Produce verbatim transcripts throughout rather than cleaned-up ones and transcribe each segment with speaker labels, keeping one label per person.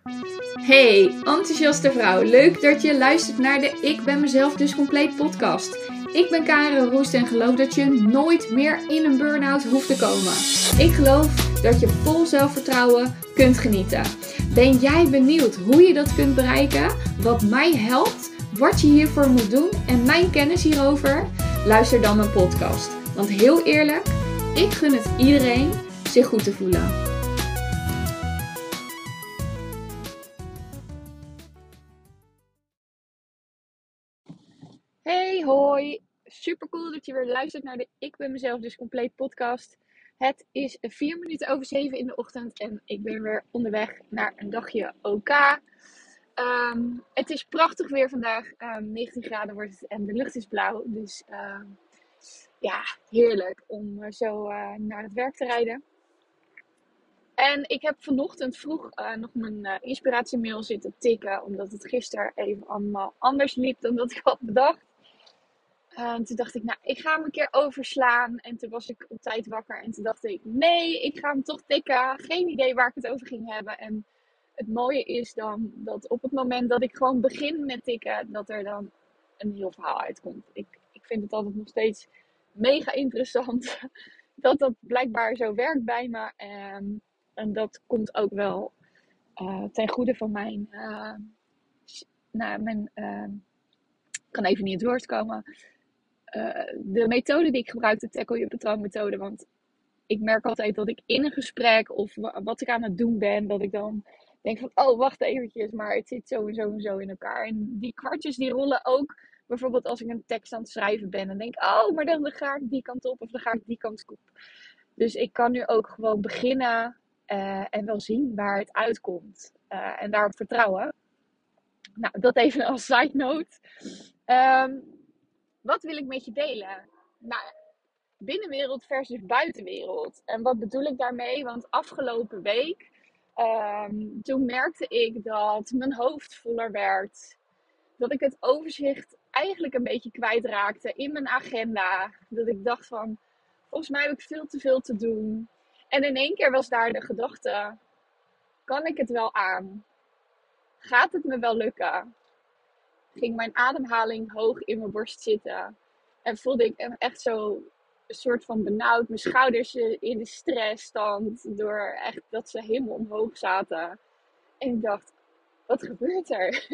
Speaker 1: Hey, enthousiaste vrouw. Leuk dat je luistert naar de Ik ben mezelf dus compleet podcast. Ik ben Karen Roest en geloof dat je nooit meer in een burn-out hoeft te komen. Ik geloof dat je vol zelfvertrouwen kunt genieten. Ben jij benieuwd hoe je dat kunt bereiken? Wat mij helpt? Wat je hiervoor moet doen? En mijn kennis hierover? Luister dan mijn podcast. Want heel eerlijk, ik gun het iedereen zich goed te voelen. Hey, hoi. Super cool dat je weer luistert naar de Ik ben mezelf dus compleet podcast. Het is vier minuten over zeven in de ochtend en ik ben weer onderweg naar een dagje OK. Um, het is prachtig weer vandaag. Um, negentien graden wordt het en de lucht is blauw. Dus uh, ja, heerlijk om zo uh, naar het werk te rijden. En ik heb vanochtend vroeg uh, nog mijn uh, inspiratiemail zitten tikken. Omdat het gisteren even allemaal anders liep dan dat ik had bedacht. Uh, en toen dacht ik, nou, ik ga hem een keer overslaan. En toen was ik op tijd wakker. En toen dacht ik, nee, ik ga hem toch tikken. Geen idee waar ik het over ging hebben. En het mooie is dan dat op het moment dat ik gewoon begin met tikken, dat er dan een heel verhaal uitkomt. Ik, ik vind het altijd nog steeds mega interessant. Dat dat blijkbaar zo werkt bij me. En, en dat komt ook wel uh, ten goede van mijn... Uh, nou, mijn... Uh, ik kan even niet het woord komen. Uh, de methode die ik gebruik, de tackle je patroon methode. Want ik merk altijd dat ik in een gesprek of wat ik aan het doen ben, dat ik dan denk van, oh wacht eventjes, maar het zit zo en zo en zo in elkaar. En die kwartjes die rollen ook, bijvoorbeeld als ik een tekst aan het schrijven ben en denk, oh, maar dan ga ik die kant op of dan ga ik die kant op. Dus ik kan nu ook gewoon beginnen uh, en wel zien waar het uitkomt. Uh, en daarop vertrouwen. Nou, dat even als side note. Um, Wat wil ik met je delen? Nou, binnenwereld versus buitenwereld. En wat bedoel ik daarmee? Want afgelopen week, um, toen merkte ik dat mijn hoofd voller werd. Dat ik het overzicht eigenlijk een beetje kwijtraakte in mijn agenda. Dat ik dacht van, volgens mij heb ik veel te veel te doen. En in één keer was daar de gedachte, kan ik het wel aan? Gaat het me wel lukken? Ging mijn ademhaling hoog in mijn borst zitten. En voelde ik echt zo een soort van benauwd. Mijn schouders in de stressstand. Door echt dat ze helemaal omhoog zaten. En ik dacht, wat gebeurt er?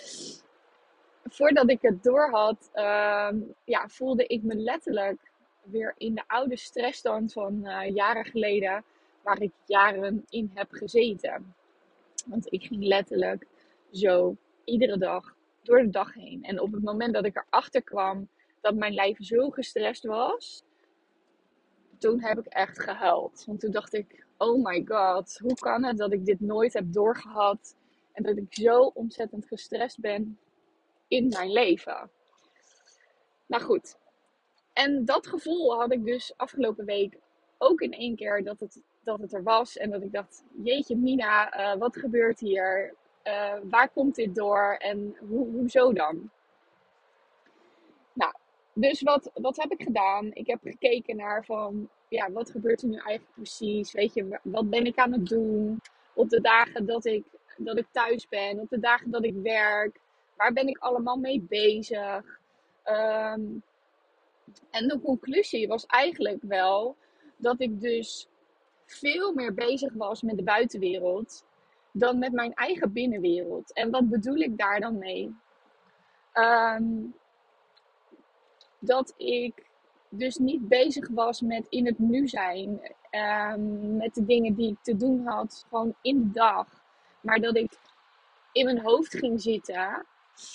Speaker 1: Voordat ik het door had, uh, ja, voelde ik me letterlijk weer in de oude stressstand van uh, jaren geleden. Waar ik jaren in heb gezeten. Want ik ging letterlijk zo iedere dag door de dag heen. En op het moment dat ik erachter kwam dat mijn lijf zo gestrest was, toen heb ik echt gehuild. Want toen dacht ik, oh my god, hoe kan het dat ik dit nooit heb doorgehad en dat ik zo ontzettend gestrest ben in mijn leven. Nou goed, en dat gevoel had ik dus afgelopen week ook in één keer dat het, dat het er was. En dat ik dacht, jeetje Mina, uh, wat gebeurt hier? Uh, waar komt dit door? En ho- hoezo dan? Nou, dus wat, wat heb ik gedaan? Ik heb gekeken naar van, ja, wat gebeurt er nu eigenlijk precies? Weet je, wat ben ik aan het doen? Op de dagen dat ik, dat ik thuis ben, op de dagen dat ik werk. Waar ben ik allemaal mee bezig? Um, en de conclusie was eigenlijk wel dat ik dus veel meer bezig was met de buitenwereld dan met mijn eigen binnenwereld. En wat bedoel ik daar dan mee? Um, dat ik dus niet bezig was met in het nu zijn. Um, met de dingen die ik te doen had, gewoon in de dag. Maar dat ik in mijn hoofd ging zitten.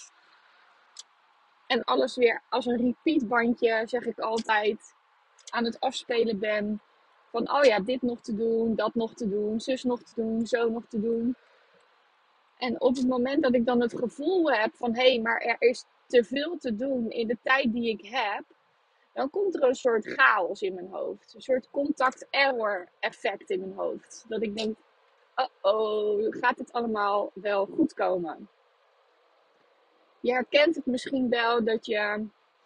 Speaker 1: En alles weer als een repeatbandje, zeg ik altijd, aan het afspelen ben. Van, oh ja, dit nog te doen, dat nog te doen, zus nog te doen, zo nog te doen. En op het moment dat ik dan het gevoel heb van, hé, hey, maar er is te veel te doen in de tijd die ik heb. Dan komt er een soort chaos in mijn hoofd. Een soort contact-error effect in mijn hoofd. Dat ik denk, oh-oh, gaat het allemaal wel goed komen? Je herkent het misschien wel dat je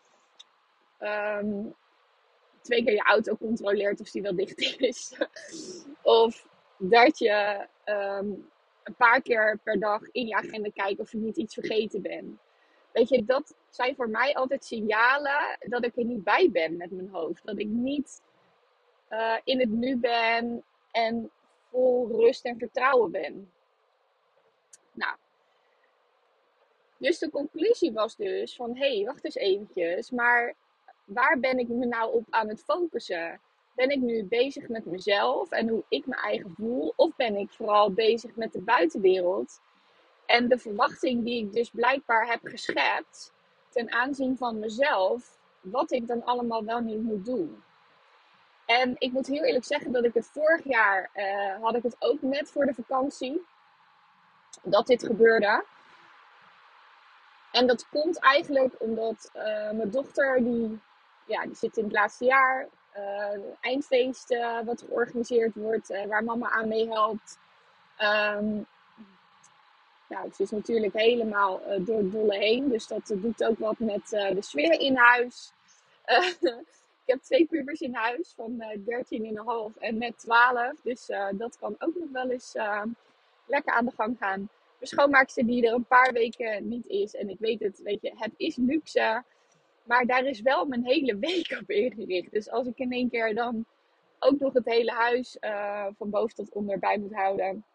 Speaker 1: um, twee keer je auto controleert of die wel dicht is. Of dat je um, een paar keer per dag in je agenda kijken of je niet iets vergeten bent. Weet je, dat zijn voor mij altijd signalen dat ik er niet bij ben met mijn hoofd. Dat ik niet uh, in het nu ben en vol rust en vertrouwen ben. Nou, dus de conclusie was dus van, hé, hey, wacht eens eventjes, maar waar ben ik me nou op aan het focussen? Ben ik nu bezig met mezelf en hoe ik me eigen voel? Of ben ik vooral bezig met de buitenwereld? En de verwachting die ik dus blijkbaar heb geschept ten aanzien van mezelf, wat ik dan allemaal wel niet moet doen. En ik moet heel eerlijk zeggen dat ik het vorig jaar, uh, had ik het ook net voor de vakantie, dat dit gebeurde. En dat komt eigenlijk omdat uh, mijn dochter, die, ja, die zit in het laatste jaar, uh, een eindfeest uh, wat georganiseerd wordt, uh, waar mama aan meehelpt. Um, nou, ze is natuurlijk helemaal uh, door het dolle heen, dus dat uh, doet ook wat met uh, de sfeer in huis. Uh, ik heb twee pubers in huis van uh, dertien komma vijf en net twaalf, dus uh, dat kan ook nog wel eens uh, lekker aan de gang gaan. Mijn schoonmaakster die er een paar weken niet is. En ik weet het, weet je, het is luxe. Maar daar is wel mijn hele week op ingericht. Dus als ik in één keer dan ook nog het hele huis uh, van boven tot onder bij moet houden.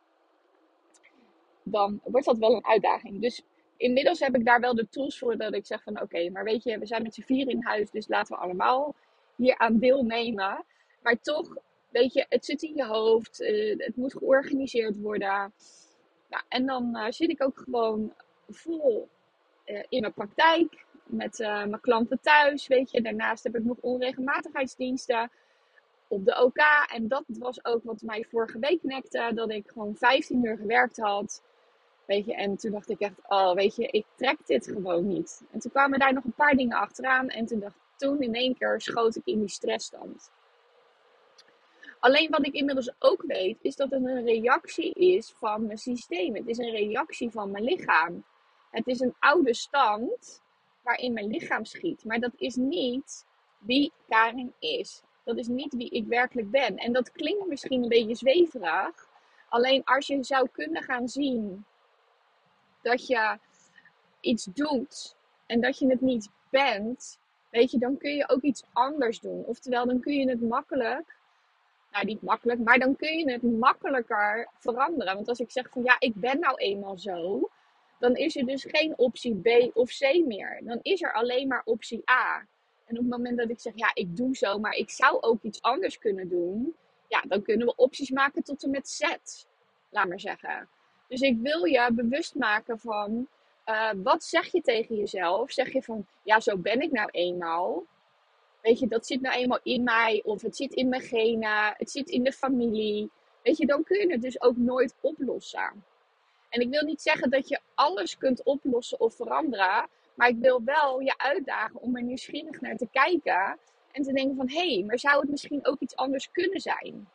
Speaker 1: Dan wordt dat wel een uitdaging. Dus inmiddels heb ik daar wel de tools voor dat ik zeg van oké, okay, maar weet je, we zijn met z'n vier in huis. Dus laten we allemaal hier aan deelnemen. Maar toch, weet je, het zit in je hoofd. Uh, het moet georganiseerd worden. Nou, en dan uh, zit ik ook gewoon vol uh, in mijn praktijk met uh, mijn klanten thuis, weet je. Daarnaast heb ik nog onregelmatigheidsdiensten op de O K. En dat was ook wat mij vorige week nekte, dat ik gewoon vijftien uur gewerkt had. Weet je, en toen dacht ik echt, oh, weet je, ik trek dit gewoon niet. En toen kwamen daar nog een paar dingen achteraan en toen dacht toen in één keer schoot ik in die stressstand. Alleen wat ik inmiddels ook weet, is dat het een reactie is van mijn systeem. Het is een reactie van mijn lichaam. Het is een oude stand waarin mijn lichaam schiet. Maar dat is niet wie Karin is. Dat is niet wie ik werkelijk ben. En dat klinkt misschien een beetje zweverig. Alleen als je zou kunnen gaan zien dat je iets doet en dat je het niet bent, weet je, dan kun je ook iets anders doen. Oftewel, dan kun je het makkelijk... Nou, niet makkelijk, maar dan kun je het makkelijker veranderen. Want als ik zeg van ja, ik ben nou eenmaal zo, dan is er dus geen optie B of C meer. Dan is er alleen maar optie A. En op het moment dat ik zeg ja, ik doe zo, maar ik zou ook iets anders kunnen doen, ja, dan kunnen we opties maken tot en met Z. Laat maar zeggen. Dus ik wil je bewust maken van, uh, wat zeg je tegen jezelf? Zeg je van ja, zo ben ik nou eenmaal. Weet je, dat zit nou eenmaal in mij. Of het zit in mijn genen. Het zit in de familie. Weet je, dan kun je het dus ook nooit oplossen. En ik wil niet zeggen dat je alles kunt oplossen of veranderen. Maar ik wil wel je uitdagen om er nieuwsgierig naar te kijken. En te denken van, hé, hey, maar zou het misschien ook iets anders kunnen zijn?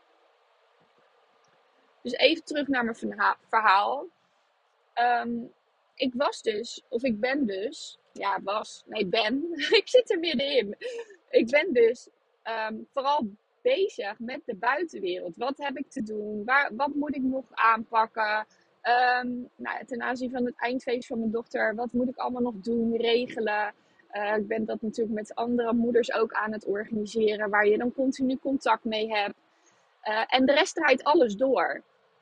Speaker 1: Dus even terug naar mijn verhaal. Um, ik was dus, of ik ben dus... Ja, was. Nee, ben. Ik zit er middenin. Ik ben dus um, vooral bezig met de buitenwereld. Wat heb ik te doen? Waar, wat moet ik nog aanpakken? Um, nou, ten aanzien van het eindfeest van mijn dochter. Wat moet ik allemaal nog doen? Regelen? Uh, ik ben dat natuurlijk met andere moeders ook aan het organiseren. Waar je dan continu contact mee hebt. Uh, en de rest draait alles door.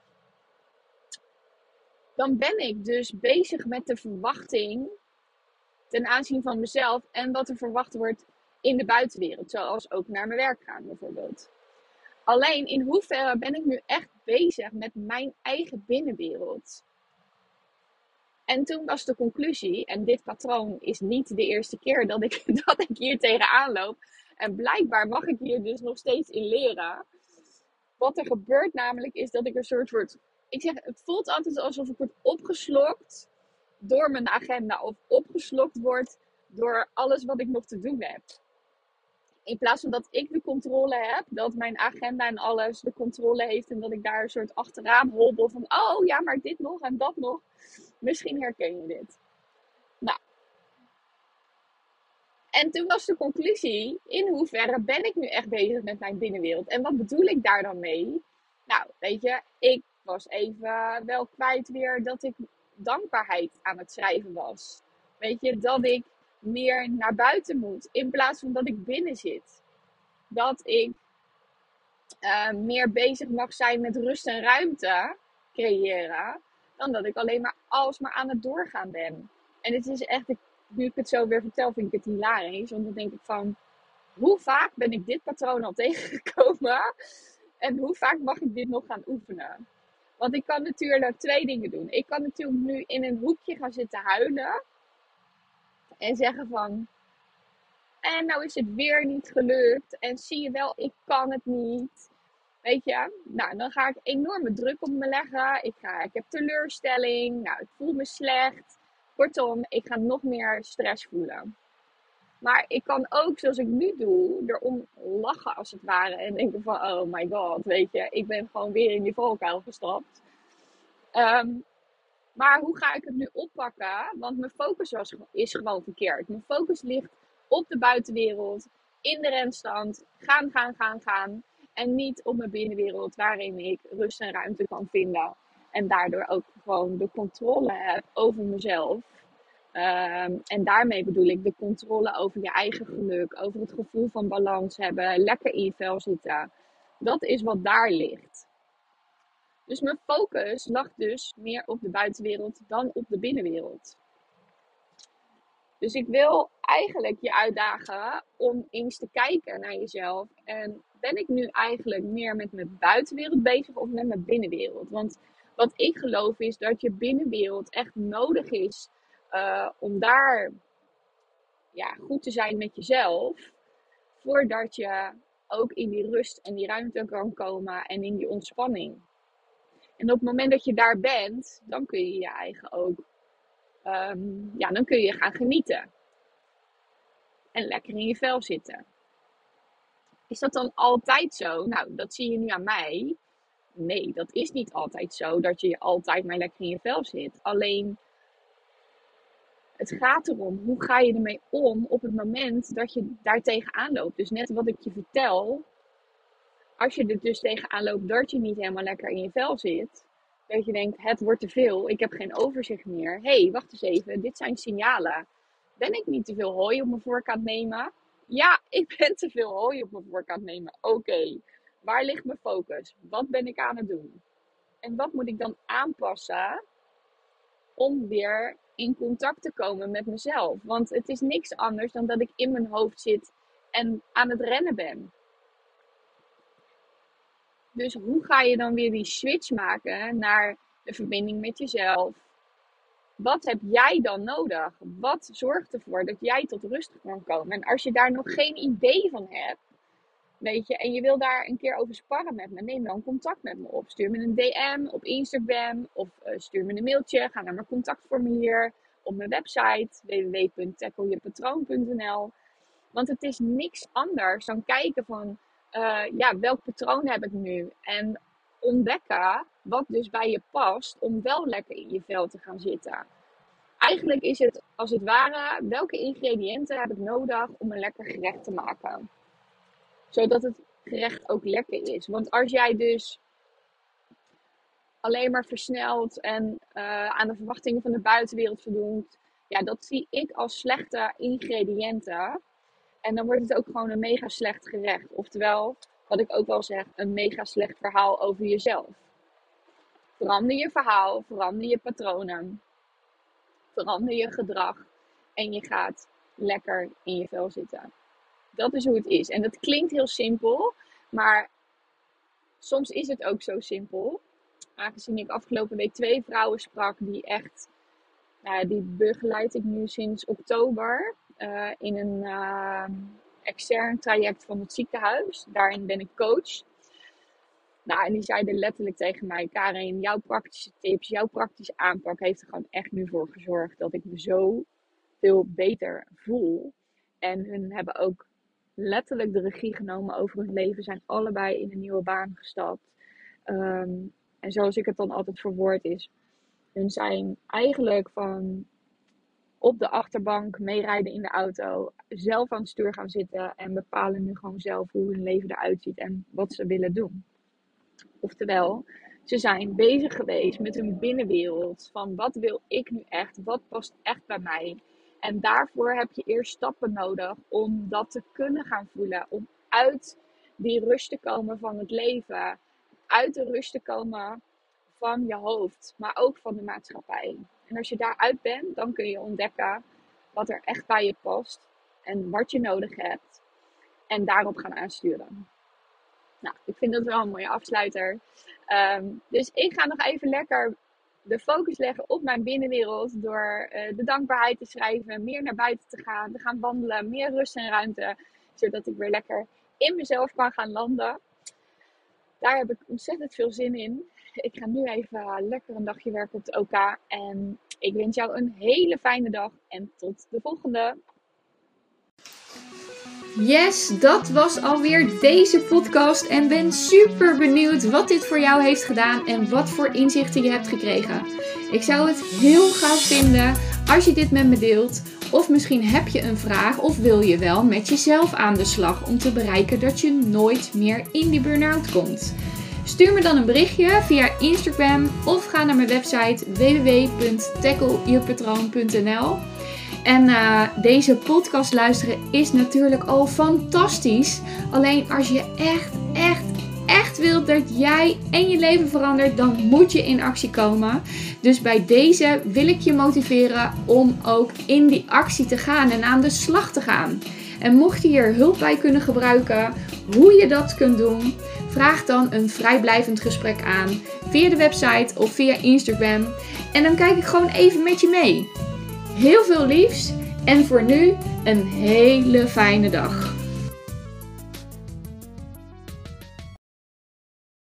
Speaker 1: Dan ben ik dus bezig met de verwachting ten aanzien van mezelf en wat er verwacht wordt in de buitenwereld. Zoals ook naar mijn werk gaan bijvoorbeeld. Alleen in hoeverre ben ik nu echt bezig met mijn eigen binnenwereld? En toen was de conclusie, en dit patroon is niet de eerste keer dat ik, dat ik hier tegenaan loop. En blijkbaar mag ik hier dus nog steeds in leren. Wat er gebeurt namelijk is dat ik een soort word... Ik zeg, het voelt altijd alsof ik word opgeslokt door mijn agenda. Of opgeslokt word door alles wat ik nog te doen heb. In plaats van dat ik de controle heb. Dat mijn agenda en alles de controle heeft. En dat ik daar een soort achteraan hobbel van... Oh ja, maar dit nog en dat nog. Misschien herken je dit. Nou. En toen was de conclusie. In hoeverre ben ik nu echt bezig met mijn binnenwereld? En wat bedoel ik daar dan mee? Nou, weet je. Ik was even wel kwijt weer dat ik dankbaarheid aan het schrijven was. Weet je, dat ik meer naar buiten moet in plaats van dat ik binnen zit. Dat ik uh, meer bezig mag zijn met rust en ruimte creëren, dan dat ik alleen maar alsmaar aan het doorgaan ben. En het is echt, nu ik het zo weer vertel, vind ik het hilarisch. Want dan denk ik van, hoe vaak ben ik dit patroon al tegengekomen? En hoe vaak mag ik dit nog gaan oefenen? Want ik kan natuurlijk twee dingen doen. Ik kan natuurlijk nu in een hoekje gaan zitten huilen. En zeggen van, en nou is het weer niet gelukt. En zie je wel, ik kan het niet. Weet je, nou dan ga ik enorme druk op me leggen. Ik, ga, ik heb teleurstelling. Nou, ik voel me slecht. Kortom, ik ga nog meer stress voelen. Maar ik kan ook, zoals ik nu doe, erom lachen als het ware. En denken van, oh my god, weet je, ik ben gewoon weer in die valkuil gestapt. Um, maar hoe ga ik het nu oppakken? Want mijn focus was, is gewoon verkeerd. Mijn focus ligt op de buitenwereld, in de renstand. Gaan, gaan, gaan, gaan. En niet op mijn binnenwereld, waarin ik rust en ruimte kan vinden. En daardoor ook gewoon de controle heb over mezelf. Um, en daarmee bedoel ik de controle over je eigen geluk, over het gevoel van balans hebben, lekker in je vel zitten. Dat is wat daar ligt. Dus mijn focus lag dus meer op de buitenwereld dan op de binnenwereld. Dus ik wil eigenlijk je uitdagen om eens te kijken naar jezelf. En ben ik nu eigenlijk meer met mijn buitenwereld bezig of met mijn binnenwereld? Want wat ik geloof is dat je binnenwereld echt nodig is uh, om daar ja, goed te zijn met jezelf. Voordat je ook in die rust en die ruimte kan komen en in die ontspanning. En op het moment dat je daar bent, dan kun je je eigen ook, um, ja, dan kun je gaan genieten. En lekker in je vel zitten. Is dat dan altijd zo? Nou, dat zie je nu aan mij. Nee, dat is niet altijd zo, dat je altijd maar lekker in je vel zit. Alleen, het gaat erom, hoe ga je ermee om op het moment dat je daar tegenaan loopt. Dus net wat ik je vertel, als je er dus tegenaan loopt dat je niet helemaal lekker in je vel zit, dat je denkt, het wordt te veel, ik heb geen overzicht meer. Hé, hey, wacht eens even, dit zijn signalen. Ben ik niet te veel hooi op mijn vork aan het nemen? Ja, ik ben te veel hooi op mijn vork aan het nemen. Oké, okay. Waar ligt mijn focus? Wat ben ik aan het doen? En wat moet ik dan aanpassen om weer in contact te komen met mezelf? Want het is niks anders dan dat ik in mijn hoofd zit en aan het rennen ben. Dus hoe ga je dan weer die switch maken naar de verbinding met jezelf? Wat heb jij dan nodig? Wat zorgt ervoor dat jij tot rust kan komen? En als je daar nog geen idee van hebt, weet je, en je wil daar een keer over sparren met me, neem dan contact met me op. Stuur me een D M op Instagram of uh, stuur me een mailtje. Ga naar mijn contactformulier op mijn website w w w punt tackle je patroon punt n l. Want het is niks anders dan kijken van, uh, ja, welk patroon heb ik nu? En ontdekken wat dus bij je past om wel lekker in je vel te gaan zitten. Eigenlijk is het als het ware, welke ingrediënten heb ik nodig om een lekker gerecht te maken? Zodat het gerecht ook lekker is. Want als jij dus alleen maar versnelt en uh, aan de verwachtingen van de buitenwereld voldoet, ja, dat zie ik als slechte ingrediënten. En dan wordt het ook gewoon een mega slecht gerecht. Oftewel, wat ik ook wel zeg, een mega slecht verhaal over jezelf. Verander je verhaal, verander je patronen, verander je gedrag en je gaat lekker in je vel zitten. Dat is hoe het is. En dat klinkt heel simpel, maar soms is het ook zo simpel. Aangezien ik afgelopen week twee vrouwen sprak die echt, nou, die begeleid ik nu sinds oktober uh, in een uh, extern traject van het ziekenhuis. Daarin ben ik coach. Nou, en die zeiden letterlijk tegen mij, Karin, jouw praktische tips, jouw praktische aanpak heeft er gewoon echt nu voor gezorgd dat ik me zo veel beter voel. En hun hebben ook letterlijk de regie genomen over hun leven, zijn allebei in een nieuwe baan gestapt. Um, en zoals ik het dan altijd verwoord is, hun zijn eigenlijk van op de achterbank meerijden in de auto, zelf aan het stuur gaan zitten en bepalen nu gewoon zelf hoe hun leven eruit ziet en wat ze willen doen. Oftewel, Ze zijn bezig geweest met hun binnenwereld. Van wat wil ik nu echt? Wat past echt bij mij? En daarvoor heb je eerst stappen nodig om dat te kunnen gaan voelen. Om uit die rust te komen van het leven. Uit de rust te komen van je hoofd. Maar ook van de maatschappij. En als je daaruit bent, dan kun je ontdekken wat er echt bij je past. En wat je nodig hebt. En daarop gaan aansturen. Nou, ik vind dat wel een mooie afsluiter. Um, dus ik ga nog even lekker de focus leggen op mijn binnenwereld. Door uh, de dankbaarheid te schrijven. Meer naar buiten te gaan. Te gaan wandelen. Meer rust en ruimte. Zodat ik weer lekker in mezelf kan gaan landen. Daar heb ik ontzettend veel zin in. Ik ga nu even uh, lekker een dagje werken op de O K. En ik wens jou een hele fijne dag. En tot de volgende.
Speaker 2: Yes, dat was alweer deze podcast en ben super benieuwd wat dit voor jou heeft gedaan en wat voor inzichten je hebt gekregen. Ik zou het heel gaaf vinden als je dit met me deelt. Of misschien heb je een vraag of wil je wel met jezelf aan de slag om te bereiken dat je nooit meer in die burn-out komt. Stuur me dan een berichtje via Instagram of ga naar mijn website w w w punt tackle je patroon punt n l. En uh, deze podcast luisteren is natuurlijk al fantastisch. Alleen als je echt, echt, echt wilt dat jij en je leven verandert, dan moet je in actie komen. Dus bij deze wil ik je motiveren om ook in die actie te gaan en aan de slag te gaan. En mocht je hier hulp bij kunnen gebruiken, hoe je dat kunt doen, vraag dan een vrijblijvend gesprek aan via de website of via Instagram. En dan kijk ik gewoon even met je mee. Heel veel liefs en voor nu een hele fijne dag.